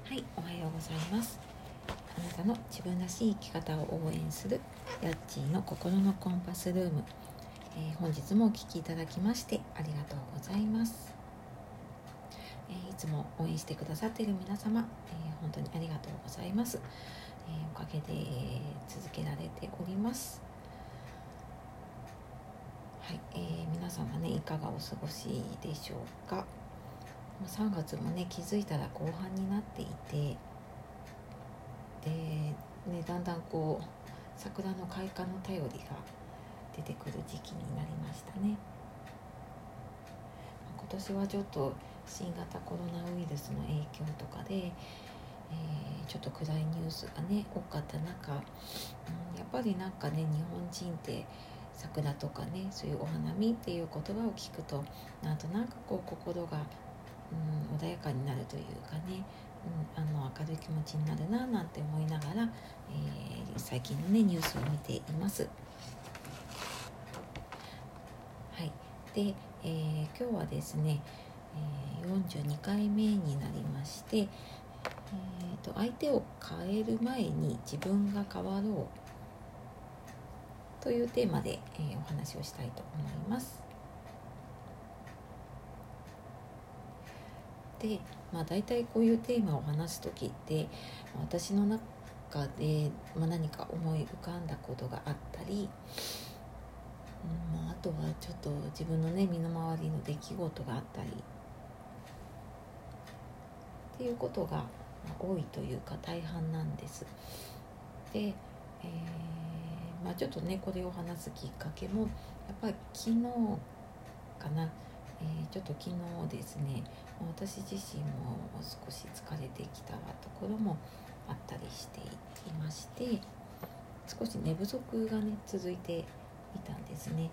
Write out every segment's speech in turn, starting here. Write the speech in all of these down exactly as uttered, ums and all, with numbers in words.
はい、おはようございます。あなたの自分らしい生き方を応援するヤッチーの心のコンパスルーム、えー、本日もお聞きいただきましてありがとうございます。えー、いつも応援してくださっている皆様、えー、本当にありがとうございます。えー、おかげで続けられております。はい、えー、皆様ね、いかがお過ごしでしょうか。さんがつもね、気づいたら後半になっていて、で、ね、だんだんこう桜の開花の便りが出てくる時期になりましたね。今年はちょっと新型コロナウイルスの影響とかで、えー、ちょっと暗いニュースがね多かった中、うん、やっぱりなんかね、日本人って桜とかね、そういうお花見っていう言葉を聞くと、なんとなくこう心が、うん、穏やかになるというかね、うん、あの明るい気持ちになるななんて思いながら、えー、最近のねニュースを見ています。はい、で、えー、今日はですね、えー、よんじゅうにかいめになりまして、えー、と相手を変える前に自分が変わろうというテーマで、えー、お話をしたいと思います。で、まあ、大体こういうテーマを話すときって、私の中で、まあ、何か思い浮かんだことがあったり、うんまあ、あとはちょっと自分のね身の回りの出来事があったりっていうことが多いというか大半なんです。で、えーまあ、ちょっとねこれを話すきっかけもやっぱり昨日かな、えー、ちょっと昨日ですね、私自身も少し疲れてきたところもあったりしていまして、少し寝不足がね続いていたんですね。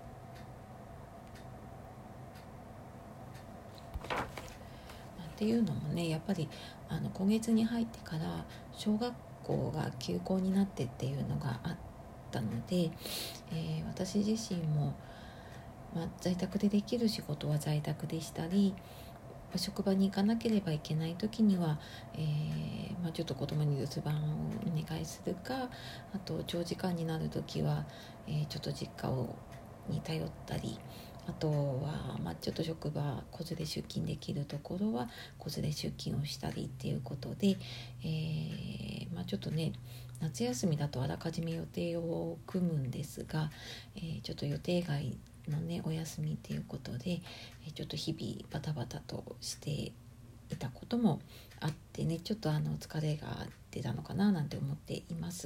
っていうのもね、やっぱりあの今月に入ってから小学校が休校になってっていうのがあったので、えー、私自身も、まあ、在宅でできる仕事は在宅でしたり、職場に行かなければいけない時には、えーまあ、ちょっと子供に留守番をお願いするか、あと長時間になる時は、えー、ちょっと実家をに頼ったり、あとは、まあ、ちょっと職場子連れ出勤できるところは子連れ出勤をしたりっていうことで、えーまあ、ちょっとね夏休みだとあらかじめ予定を組むんですが、えー、ちょっと予定外のねお休みっていうことで、ちょっと日々バタバタとしていたこともあってね、ちょっとあの疲れが出たのかななんて思っています。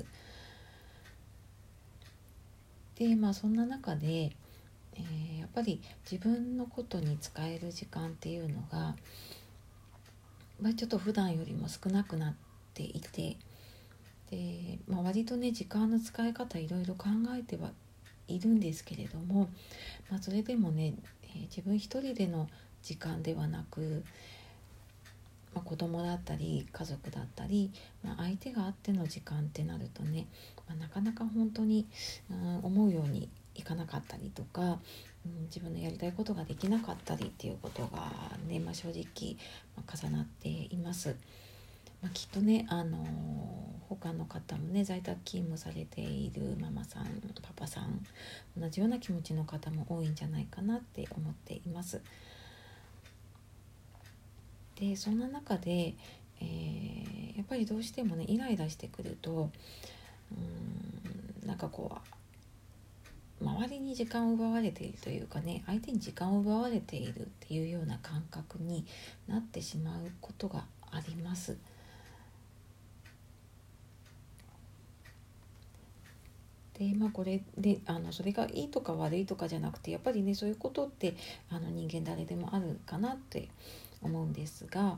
でまあそんな中で、えー、やっぱり自分のことに使える時間っていうのが、まあ、ちょっと普段よりも少なくなっていて、で、まあ、割とね時間の使い方いろいろ考えてはいるんですけれども、まあ、それでもね、えー、自分一人での時間ではなく、まあ、子供だったり家族だったり、まあ、相手があっての時間ってなるとね、まあ、なかなか本当に、うん、思うようにいかなかったりとか、うん、自分のやりたいことができなかったりっていうことがね、まあ、正直、まあ、重なっています。まあ、きっとね、あのー、他の方もね在宅勤務されているママさんパパさん、同じような気持ちの方も多いんじゃないかなって思っています。でそんな中で、えー、やっぱりどうしてもねイライラしてくると、うーんなんかこう周りに時間を奪われているというかね、相手に時間を奪われているっていうような感覚になってしまうことがあります。でまあ、これであのそれがいいとか悪いとかじゃなくて、やっぱりねそういうことってあの人間誰でもあるかなって思うんですが、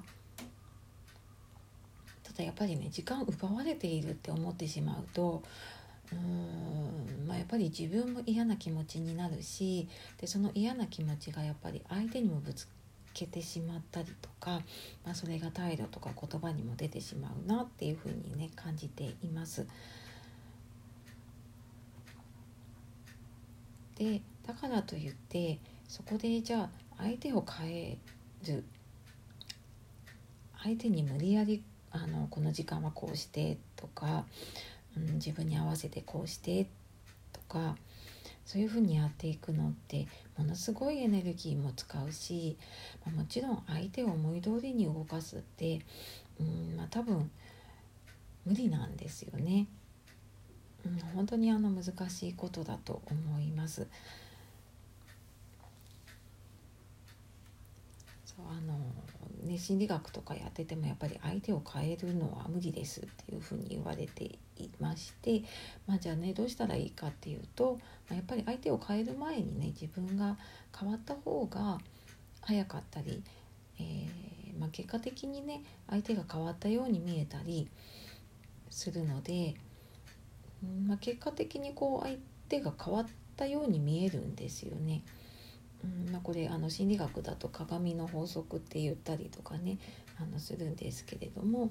ただやっぱりね時間奪われているって思ってしまうと、うーん、まあ、やっぱり自分も嫌な気持ちになるし、でその嫌な気持ちがやっぱり相手にもぶつけてしまったりとか、まあ、それが態度とか言葉にも出てしまうなっていうふうにね感じています。でだからといってそこでじゃあ相手を変える、相手に無理やりあのこの時間はこうしてとか、うん、自分に合わせてこうしてとか、そういうふうにやっていくのってものすごいエネルギーも使うし、まあ、もちろん相手を思い通りに動かすって、うんまあ、多分無理なんですよね。うん、本当にあの難しいことだと思います。そうあの、ね、心理学とかやっててもやっぱり相手を変えるのは無理ですっていうふうに言われていまして、まあ、じゃあねどうしたらいいかっていうと、まあ、やっぱり相手を変える前にね自分が変わった方が早かったり、えーまあ、結果的にね相手が変わったように見えたりするので、うんまあ、結果的にこう相手が変わったように見えるんですよね。うんまあ、これあの心理学だと鏡の法則って言ったりとかねあのするんですけれども、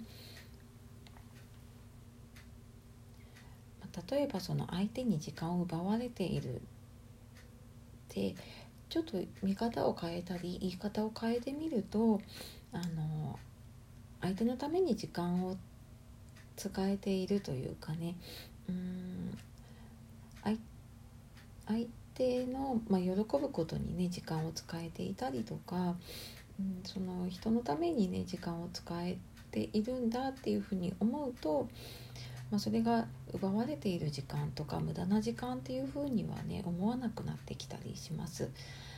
まあ、例えばその相手に時間を奪われているってちょっと見方を変えたり言い方を変えてみると、あの相手のために時間を使えているというかね、うーん相相手の、まあ、喜ぶことにね時間を使えていたりとか、うん、その人のためにね時間を使えているんだっていうふうに思うと、まあ、それが奪われている時間とか無駄な時間っていうふうにはね思わなくなってきたりします。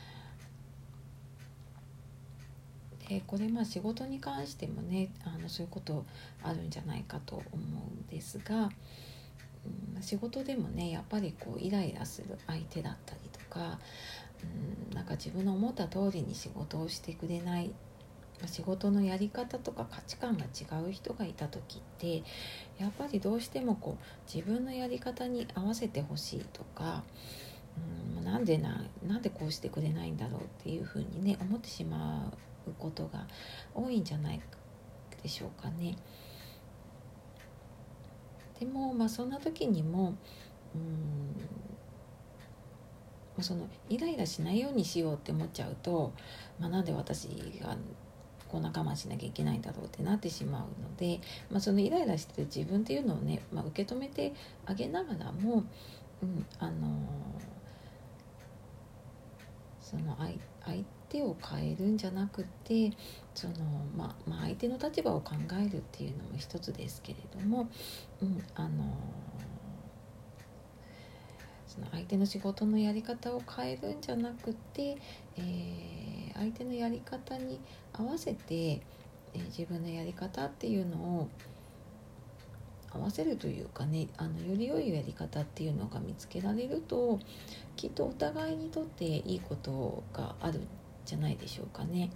でこれまあ仕事に関してもねあのそういうことあるんじゃないかと思うんですが、うん、仕事でもねやっぱりこうイライラする相手だったりとか、うん、なんか自分の思った通りに仕事をしてくれない、仕事のやり方とか価値観が違う人がいた時ってやっぱりどうしてもこう自分のやり方に合わせてほしいとか、うん、なんでな、なんでこうしてくれないんだろうっていうふうにね思ってしまうことが多いんじゃないでしょうかね。でもまあそんな時にもうんそのイライラしないようにしようって思っちゃうと、まあ、なんで私がこんな我慢しなきゃいけないんだろうってなってしまうので、まあ、そのイライラしてる自分っていうのをね、まあ、受け止めてあげながらも、うんあのー、その 相, 相手を変えるんじゃなくてその、まあ、まあ相手の立場を考えるっていうのも一つですけれども、うんあのーその相手の仕事のやり方を変えるんじゃなくて、えー、相手のやり方に合わせて、えー、自分のやり方っていうのを合わせるというかね、あのより良いやり方っていうのが見つけられるときっとお互いにとっていいことがあるんじゃないでしょうかね。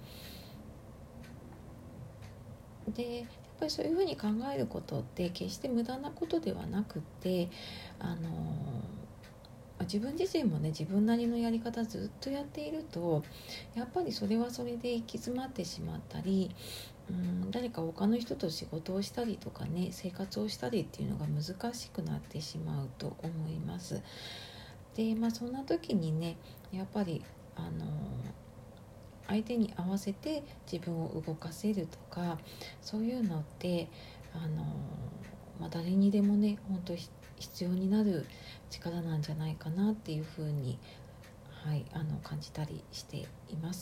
でやっぱりそういうふうに考えることって決して無駄なことではなくて、あの自分自身もね自分なりのやり方ずっとやっているとやっぱりそれはそれで行き詰まってしまったり、うん誰か他の人と仕事をしたりとかね生活をしたりっていうのが難しくなってしまうと思います。でまあそんな時にねやっぱりあの相手に合わせて自分を動かせるとかそういうのってあの、まあ、誰にでもね本当必要になる力なんじゃないかなっていうふうに、はい、あの感じたりしています。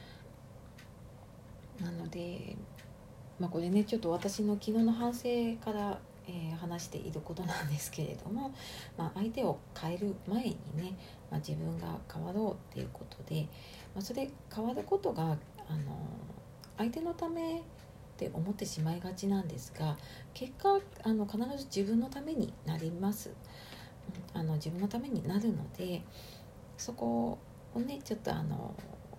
なので、まあ、これねちょっと私の昨日の反省から、えー、話していることなんですけれども、まあ、相手を変える前にね、まあ、自分が変わろうっていうことで、まあ、それ変わることがあの相手のためって思ってしまいがちなんですが結果あの必ず自分のためになります。あの自分のためになるのでそこをねちょっとあの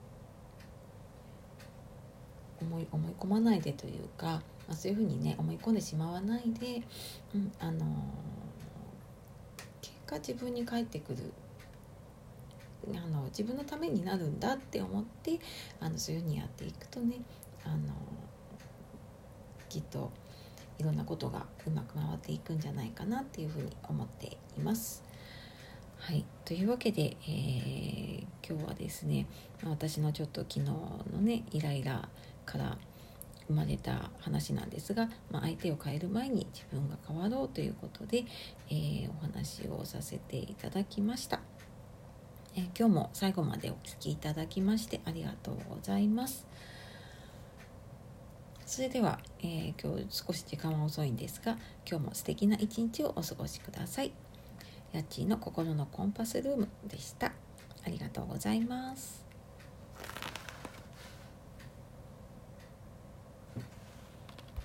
思い思い込まないでというか、まあ、そういうふうにね思い込んでしまわないで、うん、あの結果自分に返ってくるあの自分のためになるんだって思ってあのそういうふうにやっていくとねあのきっといろんなことがうまく回っていくんじゃないかなっていうふうに思っています。はい、というわけで、えー、今日はですね私のちょっと昨日のねイライラから生まれた話なんですが、まあ、相手を変える前に自分が変わろうということで、えー、お話をさせていただきました。えー、今日も最後までお聞きいただきましてありがとうございます。それでは、えー、今日少し時間は遅いんですが、今日も素敵な一日をお過ごしください。やっちーの心のコンパスルームでした。ありがとうございます。